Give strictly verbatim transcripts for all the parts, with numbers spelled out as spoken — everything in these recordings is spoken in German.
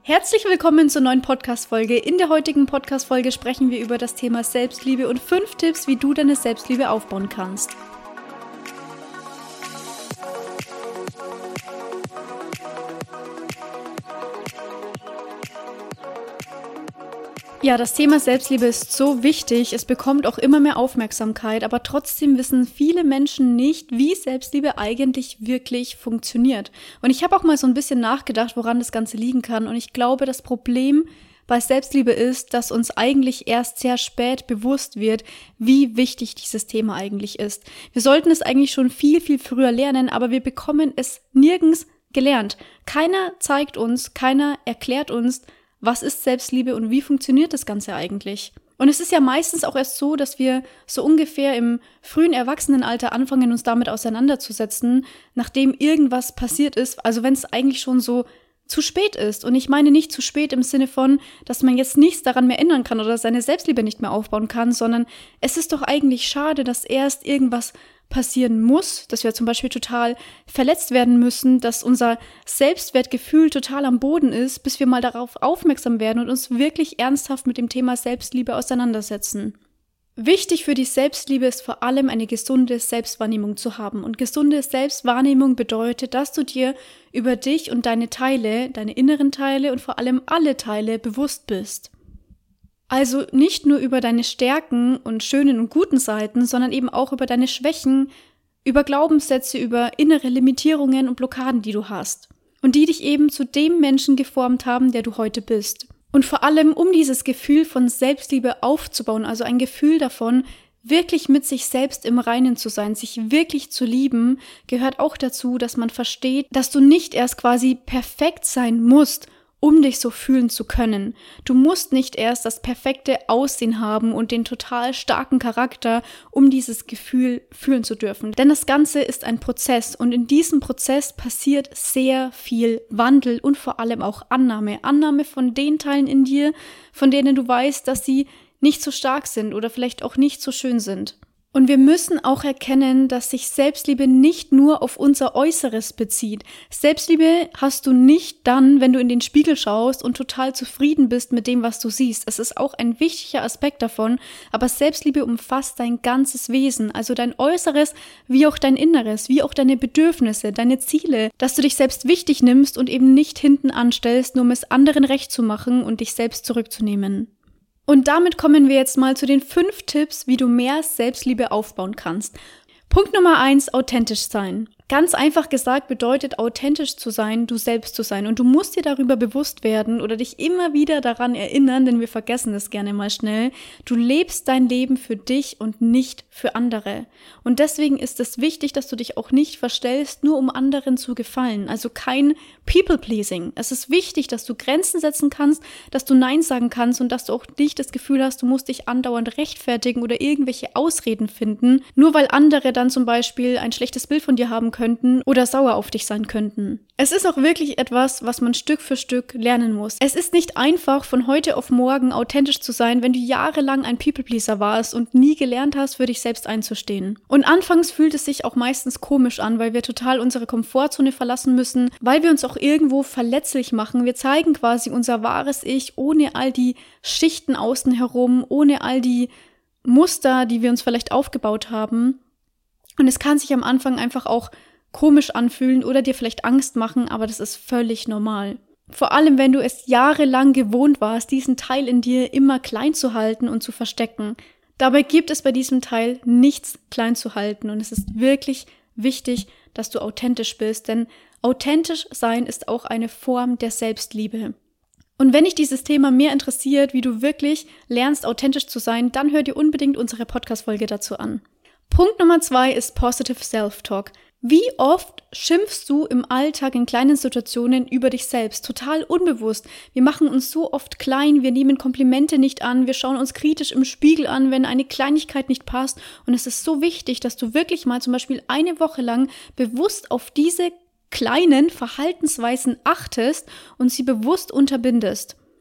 Herzlich willkommen zur neuen Podcast-Folge. In der heutigen Podcast-Folge sprechen wir über das Thema Selbstliebe und fünf Tipps, wie du deine Selbstliebe aufbauen kannst. Ja, das Thema Selbstliebe ist so wichtig, es bekommt auch immer mehr Aufmerksamkeit, aber trotzdem wissen viele Menschen nicht, wie Selbstliebe eigentlich wirklich funktioniert. Und ich habe auch mal so ein bisschen nachgedacht, woran das Ganze liegen kann, und ich glaube, das Problem bei Selbstliebe ist, dass uns eigentlich erst sehr spät bewusst wird, wie wichtig dieses Thema eigentlich ist. Wir sollten es eigentlich schon viel, viel früher lernen, aber wir bekommen es nirgends gelernt. Keiner zeigt uns, keiner erklärt uns, was ist Selbstliebe und wie funktioniert das Ganze eigentlich? Und es ist ja meistens auch erst so, dass wir so ungefähr im frühen Erwachsenenalter anfangen, uns damit auseinanderzusetzen, nachdem irgendwas passiert ist, also wenn es eigentlich schon so zu spät ist. Und ich meine nicht zu spät im Sinne von, dass man jetzt nichts daran mehr ändern kann oder seine Selbstliebe nicht mehr aufbauen kann, sondern es ist doch eigentlich schade, dass erst irgendwas passieren muss, dass wir zum Beispiel total verletzt werden müssen, dass unser Selbstwertgefühl total am Boden ist, bis wir mal darauf aufmerksam werden und uns wirklich ernsthaft mit dem Thema Selbstliebe auseinandersetzen. Wichtig für die Selbstliebe ist vor allem eine gesunde Selbstwahrnehmung zu haben. Und gesunde Selbstwahrnehmung bedeutet, dass du dir über dich und deine Teile, deine inneren Teile und vor allem alle Teile bewusst bist. Also nicht nur über deine Stärken und schönen und guten Seiten, sondern eben auch über deine Schwächen, über Glaubenssätze, über innere Limitierungen und Blockaden, die du hast. Und die dich eben zu dem Menschen geformt haben, der du heute bist. Und vor allem, um dieses Gefühl von Selbstliebe aufzubauen, also ein Gefühl davon, wirklich mit sich selbst im Reinen zu sein, sich wirklich zu lieben, gehört auch dazu, dass man versteht, dass du nicht erst quasi perfekt sein musst, um dich so fühlen zu können. Du musst nicht erst das perfekte Aussehen haben und den total starken Charakter, um dieses Gefühl fühlen zu dürfen. Denn das Ganze ist ein Prozess und in diesem Prozess passiert sehr viel Wandel und vor allem auch Annahme. Annahme von den Teilen in dir, von denen du weißt, dass sie nicht so stark sind oder vielleicht auch nicht so schön sind. Und wir müssen auch erkennen, dass sich Selbstliebe nicht nur auf unser Äußeres bezieht. Selbstliebe hast du nicht dann, wenn du in den Spiegel schaust und total zufrieden bist mit dem, was du siehst. Es ist auch ein wichtiger Aspekt davon, aber Selbstliebe umfasst dein ganzes Wesen, also dein Äußeres wie auch dein Inneres, wie auch deine Bedürfnisse, deine Ziele, dass du dich selbst wichtig nimmst und eben nicht hinten anstellst, nur um es anderen recht zu machen und dich selbst zurückzunehmen. Und damit kommen wir jetzt mal zu den fünf Tipps, wie du mehr Selbstliebe aufbauen kannst. Punkt Nummer eins, authentisch sein. Ganz einfach gesagt bedeutet authentisch zu sein, du selbst zu sein. Und du musst dir darüber bewusst werden oder dich immer wieder daran erinnern, denn wir vergessen das gerne mal schnell. Du lebst dein Leben für dich und nicht für andere. Und deswegen ist es wichtig, dass du dich auch nicht verstellst, nur um anderen zu gefallen. Also kein People-Pleasing. Es ist wichtig, dass du Grenzen setzen kannst, dass du Nein sagen kannst und dass du auch nicht das Gefühl hast, du musst dich andauernd rechtfertigen oder irgendwelche Ausreden finden, nur weil andere dann zum Beispiel ein schlechtes Bild von dir haben können könnten oder sauer auf dich sein könnten. Es ist auch wirklich etwas, was man Stück für Stück lernen muss. Es ist nicht einfach, von heute auf morgen authentisch zu sein, wenn du jahrelang ein People-Pleaser warst und nie gelernt hast, für dich selbst einzustehen. Und anfangs fühlt es sich auch meistens komisch an, weil wir total unsere Komfortzone verlassen müssen, weil wir uns auch irgendwo verletzlich machen. Wir zeigen quasi unser wahres Ich ohne all die Schichten außen herum, ohne all die Muster, die wir uns vielleicht aufgebaut haben. Und es kann sich am Anfang einfach auch komisch anfühlen oder dir vielleicht Angst machen, aber das ist völlig normal. Vor allem, wenn du es jahrelang gewohnt warst, diesen Teil in dir immer klein zu halten und zu verstecken. Dabei gibt es bei diesem Teil nichts klein zu halten und es ist wirklich wichtig, dass du authentisch bist, denn authentisch sein ist auch eine Form der Selbstliebe. Und wenn dich dieses Thema mehr interessiert, wie du wirklich lernst, authentisch zu sein, dann hör dir unbedingt unsere Podcast-Folge dazu an. Punkt Nummer zwei ist Positive Self-Talk. Wie oft schimpfst du im Alltag in kleinen Situationen über dich selbst? Total unbewusst. Wir machen uns so oft klein, wir nehmen Komplimente nicht an, wir schauen uns kritisch im Spiegel an, wenn eine Kleinigkeit nicht passt. Und es ist so wichtig, dass du wirklich mal zum Beispiel eine Woche lang bewusst auf diese kleinen Verhaltensweisen achtest und sie bewusst unterbindest.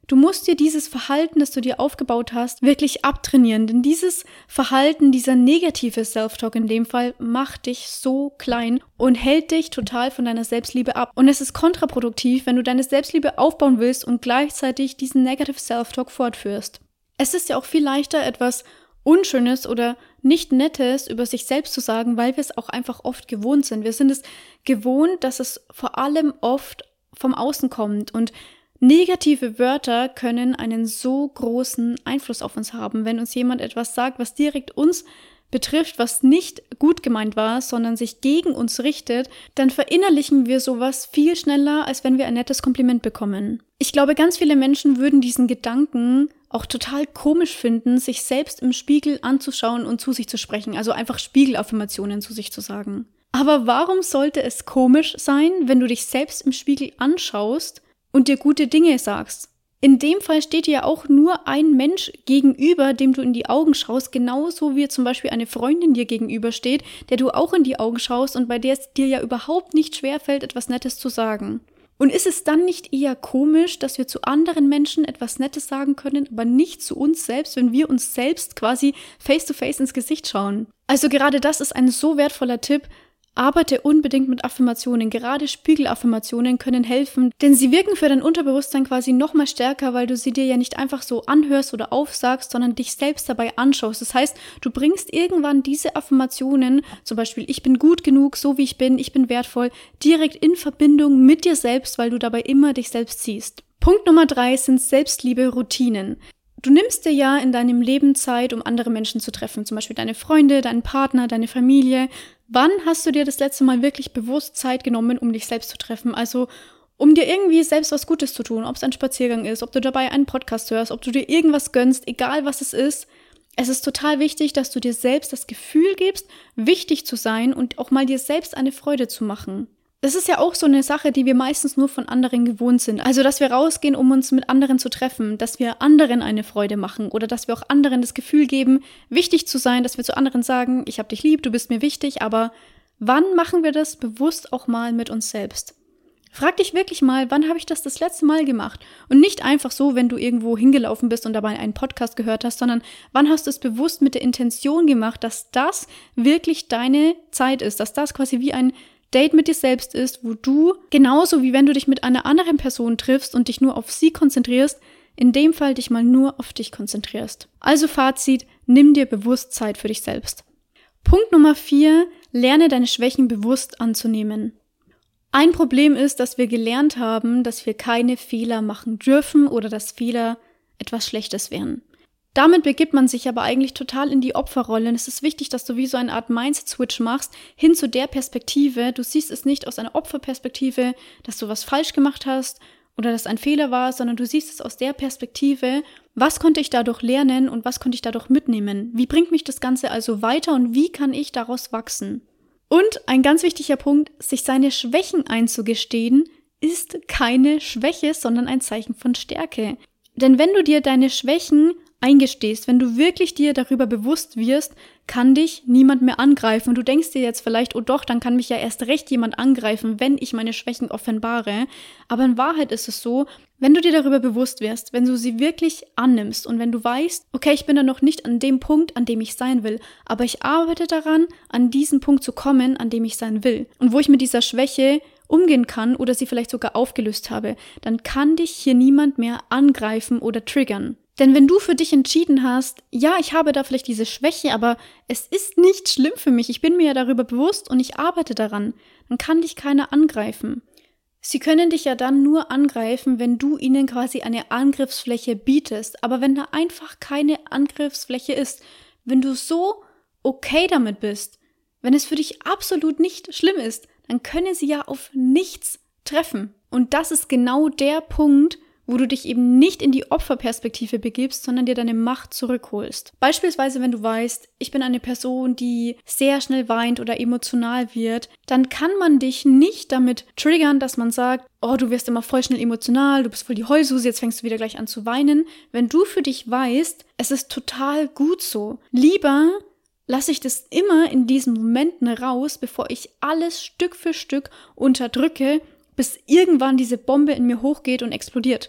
Du musst dir dieses Verhalten, das du dir aufgebaut hast, wirklich abtrainieren. Denn dieses Verhalten, dieser negative Self-Talk in dem Fall, macht dich so klein und hält dich total von deiner Selbstliebe ab. Und es ist kontraproduktiv, wenn du deine Selbstliebe aufbauen willst und gleichzeitig diesen negative Self-Talk fortführst. Es ist ja auch viel leichter, etwas Unschönes oder nicht Nettes über sich selbst zu sagen, weil wir es auch einfach oft gewohnt sind. Wir sind es gewohnt, dass es vor allem oft vom Außen kommt, und negative Wörter können einen so großen Einfluss auf uns haben. Wenn uns jemand etwas sagt, was direkt uns betrifft, was nicht gut gemeint war, sondern sich gegen uns richtet, dann verinnerlichen wir sowas viel schneller, als wenn wir ein nettes Kompliment bekommen. Ich glaube, ganz viele Menschen würden diesen Gedanken auch total komisch finden, sich selbst im Spiegel anzuschauen und zu sich zu sprechen, also einfach Spiegelaffirmationen zu sich zu sagen. Aber warum sollte es komisch sein, wenn du dich selbst im Spiegel anschaust und dir gute Dinge sagst? In dem Fall steht dir ja auch nur ein Mensch gegenüber, dem du in die Augen schaust, genauso wie zum Beispiel eine Freundin dir gegenübersteht, der du auch in die Augen schaust und bei der es dir ja überhaupt nicht schwerfällt, etwas Nettes zu sagen. Und ist es dann nicht eher komisch, dass wir zu anderen Menschen etwas Nettes sagen können, aber nicht zu uns selbst, wenn wir uns selbst quasi face to face ins Gesicht schauen? Also gerade das ist ein so wertvoller Tipp. Arbeite unbedingt mit Affirmationen. Gerade Spiegelaffirmationen können helfen, denn sie wirken für dein Unterbewusstsein quasi nochmal stärker, weil du sie dir ja nicht einfach so anhörst oder aufsagst, sondern dich selbst dabei anschaust. Das heißt, du bringst irgendwann diese Affirmationen, zum Beispiel ich bin gut genug, so wie ich bin, ich bin wertvoll, direkt in Verbindung mit dir selbst, weil du dabei immer dich selbst siehst. Punkt Nummer drei sind Selbstliebe-Routinen. Du nimmst dir ja in deinem Leben Zeit, um andere Menschen zu treffen, zum Beispiel deine Freunde, deinen Partner, deine Familie. Wann hast du dir das letzte Mal wirklich bewusst Zeit genommen, um dich selbst zu treffen? Also um dir irgendwie selbst was Gutes zu tun, ob es ein Spaziergang ist, ob du dabei einen Podcast hörst, ob du dir irgendwas gönnst, egal was es ist. Es ist total wichtig, dass du dir selbst das Gefühl gibst, wichtig zu sein und auch mal dir selbst eine Freude zu machen. Das ist ja auch so eine Sache, die wir meistens nur von anderen gewohnt sind. Also, dass wir rausgehen, um uns mit anderen zu treffen, dass wir anderen eine Freude machen oder dass wir auch anderen das Gefühl geben, wichtig zu sein, dass wir zu anderen sagen, ich hab dich lieb, du bist mir wichtig, aber wann machen wir das bewusst auch mal mit uns selbst? Frag dich wirklich mal, wann habe ich das das letzte Mal gemacht? Und nicht einfach so, wenn du irgendwo hingelaufen bist und dabei einen Podcast gehört hast, sondern wann hast du es bewusst mit der Intention gemacht, dass das wirklich deine Zeit ist, dass das quasi wie ein Date mit dir selbst ist, wo du, genauso wie wenn du dich mit einer anderen Person triffst und dich nur auf sie konzentrierst, in dem Fall dich mal nur auf dich konzentrierst. Also Fazit, nimm dir bewusst Zeit für dich selbst. Punkt Nummer vier, lerne deine Schwächen bewusst anzunehmen. Ein Problem ist, dass wir gelernt haben, dass wir keine Fehler machen dürfen oder dass Fehler etwas Schlechtes wären. Damit begibt man sich aber eigentlich total in die Opferrolle. Und es ist wichtig, dass du wie so eine Art Mindset-Switch machst, hin zu der Perspektive. Du siehst es nicht aus einer Opferperspektive, dass du was falsch gemacht hast oder dass ein Fehler war, sondern du siehst es aus der Perspektive, was konnte ich dadurch lernen und was konnte ich dadurch mitnehmen? Wie bringt mich das Ganze also weiter und wie kann ich daraus wachsen? Und ein ganz wichtiger Punkt, sich seine Schwächen einzugestehen, ist keine Schwäche, sondern ein Zeichen von Stärke. Denn wenn du dir deine Schwächen eingestehst, wenn du wirklich dir darüber bewusst wirst, kann dich niemand mehr angreifen. Und du denkst dir jetzt vielleicht, oh doch, dann kann mich ja erst recht jemand angreifen, wenn ich meine Schwächen offenbare. Aber in Wahrheit ist es so, wenn du dir darüber bewusst wirst, wenn du sie wirklich annimmst und wenn du weißt, okay, ich bin da noch nicht an dem Punkt, an dem ich sein will, aber ich arbeite daran, an diesen Punkt zu kommen, an dem ich sein will. Und wo ich mit dieser Schwäche umgehen kann oder sie vielleicht sogar aufgelöst habe, dann kann dich hier niemand mehr angreifen oder triggern. Denn wenn du für dich entschieden hast, ja, ich habe da vielleicht diese Schwäche, aber es ist nicht schlimm für mich, ich bin mir ja darüber bewusst und ich arbeite daran, dann kann dich keiner angreifen. Sie können dich ja dann nur angreifen, wenn du ihnen quasi eine Angriffsfläche bietest. Aber wenn da einfach keine Angriffsfläche ist, wenn du so okay damit bist, wenn es für dich absolut nicht schlimm ist, dann können sie ja auf nichts treffen. Und das ist genau der Punkt, wo du dich eben nicht in die Opferperspektive begibst, sondern dir deine Macht zurückholst. Beispielsweise, wenn du weißt, ich bin eine Person, die sehr schnell weint oder emotional wird, dann kann man dich nicht damit triggern, dass man sagt, oh, du wirst immer voll schnell emotional, du bist voll die Heulsuse, jetzt fängst du wieder gleich an zu weinen. Wenn du für dich weißt, es ist total gut so. Lieber lasse ich das immer in diesen Momenten raus, bevor ich alles Stück für Stück unterdrücke, bis irgendwann diese Bombe in mir hochgeht und explodiert.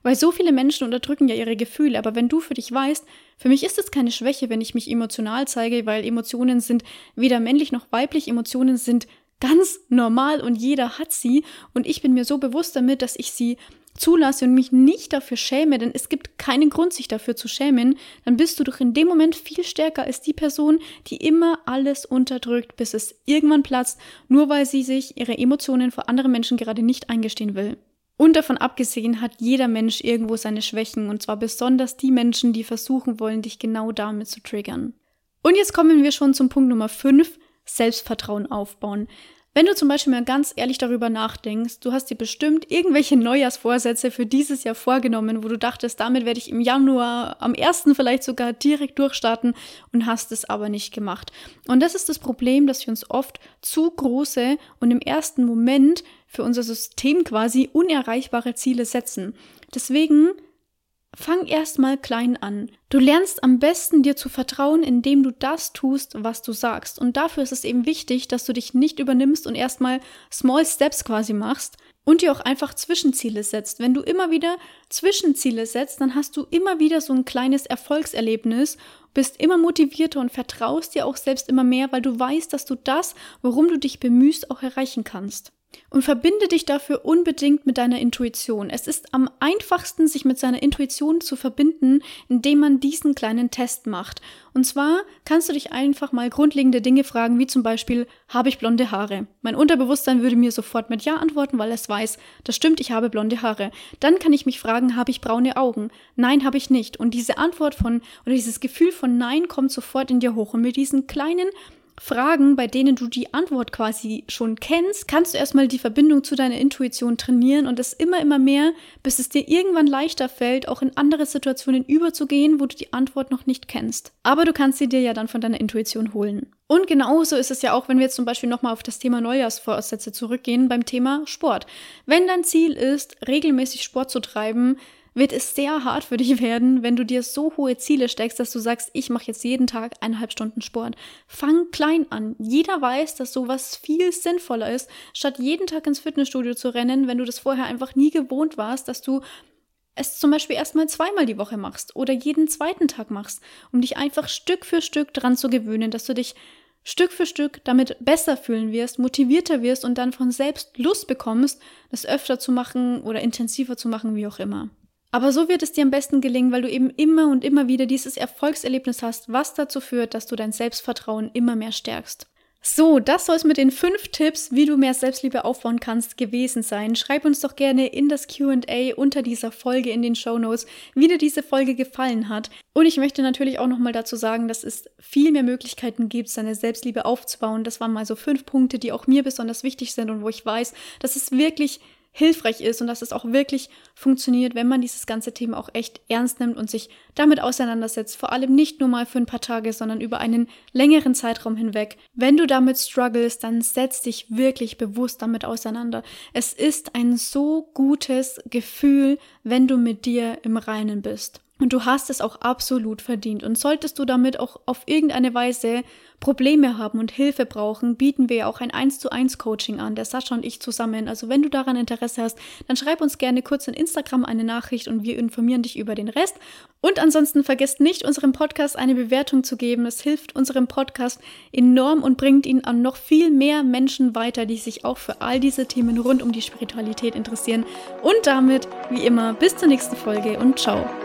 Weil so viele Menschen unterdrücken ja ihre Gefühle, aber wenn du für dich weißt, für mich ist es keine Schwäche, wenn ich mich emotional zeige, weil Emotionen sind weder männlich noch weiblich, Emotionen sind ganz normal und jeder hat sie und ich bin mir so bewusst damit, dass ich sie zulasse und mich nicht dafür schäme, denn es gibt keinen Grund, sich dafür zu schämen, dann bist du doch in dem Moment viel stärker als die Person, die immer alles unterdrückt, bis es irgendwann platzt, nur weil sie sich ihre Emotionen vor anderen Menschen gerade nicht eingestehen will. Und davon abgesehen hat jeder Mensch irgendwo seine Schwächen und zwar besonders die Menschen, die versuchen wollen, dich genau damit zu triggern. Und jetzt kommen wir schon zum Punkt Nummer fünf, Selbstvertrauen aufbauen. Wenn du zum Beispiel mal ganz ehrlich darüber nachdenkst, du hast dir bestimmt irgendwelche Neujahrsvorsätze für dieses Jahr vorgenommen, wo du dachtest, damit werde ich im Januar am ersten vielleicht sogar direkt durchstarten und hast es aber nicht gemacht. Und das ist das Problem, dass wir uns oft zu große und im ersten Moment für unser System quasi unerreichbare Ziele setzen. Deswegen fang erstmal klein an. Du lernst am besten, dir zu vertrauen, indem du das tust, was du sagst. Und dafür ist es eben wichtig, dass du dich nicht übernimmst und erstmal Small Steps quasi machst und dir auch einfach Zwischenziele setzt. Wenn du immer wieder Zwischenziele setzt, dann hast du immer wieder so ein kleines Erfolgserlebnis, bist immer motivierter und vertraust dir auch selbst immer mehr, weil du weißt, dass du das, worum du dich bemühst, auch erreichen kannst. Und verbinde dich dafür unbedingt mit deiner Intuition. Es ist am einfachsten, sich mit seiner Intuition zu verbinden, indem man diesen kleinen Test macht. Und zwar kannst du dich einfach mal grundlegende Dinge fragen, wie zum Beispiel, habe ich blonde Haare? Mein Unterbewusstsein würde mir sofort mit Ja antworten, weil es weiß, das stimmt, ich habe blonde Haare. Dann kann ich mich fragen, habe ich braune Augen? Nein, habe ich nicht. Und diese Antwort von, oder dieses Gefühl von Nein kommt sofort in dir hoch. Und mit diesen kleinen Fragen, bei denen du die Antwort quasi schon kennst, kannst du erstmal die Verbindung zu deiner Intuition trainieren und es immer, immer mehr, bis es dir irgendwann leichter fällt, auch in andere Situationen überzugehen, wo du die Antwort noch nicht kennst. Aber du kannst sie dir ja dann von deiner Intuition holen. Und genauso ist es ja auch, wenn wir jetzt zum Beispiel nochmal auf das Thema Neujahrsvorsätze zurückgehen, beim Thema Sport. Wenn dein Ziel ist, regelmäßig Sport zu treiben, wird es sehr hart für dich werden, wenn du dir so hohe Ziele steckst, dass du sagst, ich mache jetzt jeden Tag eineinhalb Stunden Sport. Fang klein an. Jeder weiß, dass sowas viel sinnvoller ist, statt jeden Tag ins Fitnessstudio zu rennen, wenn du das vorher einfach nie gewohnt warst, dass du es zum Beispiel erstmal zweimal die Woche machst oder jeden zweiten Tag machst, um dich einfach Stück für Stück dran zu gewöhnen, dass du dich Stück für Stück damit besser fühlen wirst, motivierter wirst und dann von selbst Lust bekommst, das öfter zu machen oder intensiver zu machen, wie auch immer. Aber so wird es dir am besten gelingen, weil du eben immer und immer wieder dieses Erfolgserlebnis hast, was dazu führt, dass du dein Selbstvertrauen immer mehr stärkst. So, das soll es mit den fünf Tipps, wie du mehr Selbstliebe aufbauen kannst, gewesen sein. Schreib uns doch gerne in das Q und A unter dieser Folge in den Shownotes, wie dir diese Folge gefallen hat. Und ich möchte natürlich auch nochmal dazu sagen, dass es viel mehr Möglichkeiten gibt, seine Selbstliebe aufzubauen. Das waren mal so fünf Punkte, die auch mir besonders wichtig sind und wo ich weiß, dass es wirklich hilfreich ist und dass es auch wirklich funktioniert, wenn man dieses ganze Thema auch echt ernst nimmt und sich damit auseinandersetzt. Vor allem nicht nur mal für ein paar Tage, sondern über einen längeren Zeitraum hinweg. Wenn du damit struggles, dann setz dich wirklich bewusst damit auseinander. Es ist ein so gutes Gefühl, wenn du mit dir im Reinen bist. Und du hast es auch absolut verdient. Und solltest du damit auch auf irgendeine Weise Probleme haben und Hilfe brauchen, bieten wir ja auch ein eins zu eins Coaching an, der Sascha und ich zusammen. Also wenn du daran Interesse hast, dann schreib uns gerne kurz in Instagram eine Nachricht und wir informieren dich über den Rest. Und ansonsten vergesst nicht, unserem Podcast eine Bewertung zu geben. Es hilft unserem Podcast enorm und bringt ihn an noch viel mehr Menschen weiter, die sich auch für all diese Themen rund um die Spiritualität interessieren. Und damit, wie immer, bis zur nächsten Folge und ciao.